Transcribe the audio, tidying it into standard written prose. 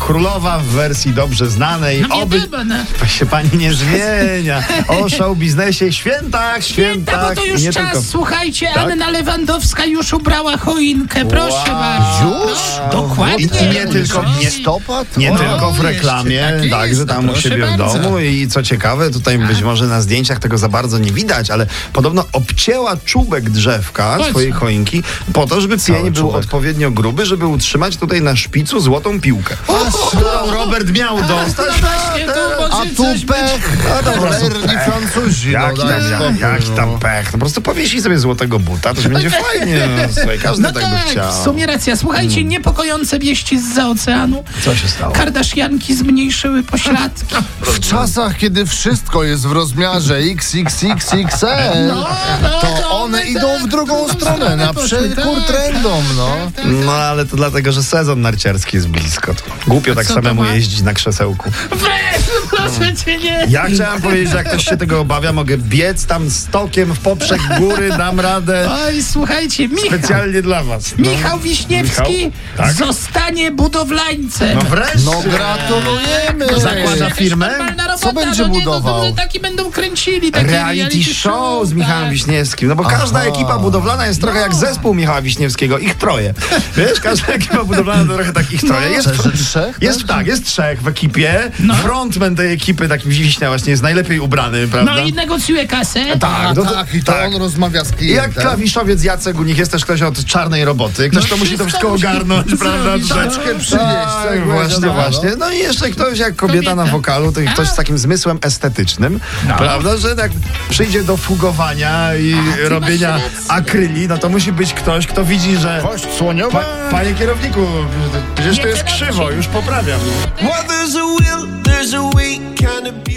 królowa w wersji dobrze znanej. No Oby się pani nie zmienia. O show biznesie, świętach. Bo to już nie czas, tylko. słuchajcie, Tak? Anna Lewandowska już ubrała choinkę, proszę bardzo. Już? Dokładnie. I nie tylko, Listopad? nie O, tylko w reklamie, tak jest, także tam u proszę siebie w bardzo. domu i co ciekawe, tutaj być może na zdjęciach tego za bardzo nie widać, ale podobno obcięła czubek drzewka Po swojej co? choinki po to, żeby pień był czubek. odpowiednio gruby, żeby utrzymać tutaj na szpicu złotą piłkę. Którą Robert miał dostać. Właśnie, to może A tu coś pech! Cholerni Francuzi. Jaki tam pech. No po prostu powiesi sobie złotego buta, to już będzie fajnie. No, słuchaj, każdy No tak by chciał. w sumie racja. Słuchajcie, niepokojące wieści zza oceanu. Co się stało? Kardashianki zmniejszyły pośladki. W czasach, kiedy wszystko jest w rozmiarze XXXXL, to one idą w drugą stronę, na przekór trendom, no. No ale to dlatego, że sezon narciarski jest blisko. Głupio tak co to samemu ma? jeździć na krzesełku. Weź, proszę cię, nie. Ja chciałem powiedzieć, że jak ktoś się tego obawia, mogę biec tam stokiem w poprzek góry, dam radę. Oj, słuchajcie, Specjalnie dla was. No. Michał Wiśniewski Michał? Tak. zostanie budowlańcem. No wreszcie. No gratulujemy! Zakłada firmę? Co będzie budował? Taki będą kręcili. Takie Reality show z Michałem tak. Wiśniewskim. No bo każda ekipa budowlana jest trochę jak zespół Michała Wiśniewskiego. Ich troje. Wiesz, każda ekipa budowlana to trochę tak ich troje. Że trzech? Jest trzech w ekipie. Frontman tej ekipy, taki Wiśnia właśnie, jest najlepiej ubrany, prawda? No i negocjuje kasę. Tak, no to- Tak, i to tak. on rozmawia z I jak klientem. klawiszowiec Jacek, u nich jest też ktoś od czarnej roboty. Ktoś to musi to wszystko ogarnąć, prawda? Taczkę przynieść. Tak, właśnie. No i jeszcze ktoś jak kobieta na wokalu, to ktoś z takim zmysłem estetycznym, prawda, że tak przyjdzie do fugowania i robienia rację. akryli, no to musi być ktoś, kto widzi, że Kość słoniowa? panie kierowniku, przecież to Nie jest trzeba krzywo, się- już poprawiam. Well, there's a will, there's a way, kind of be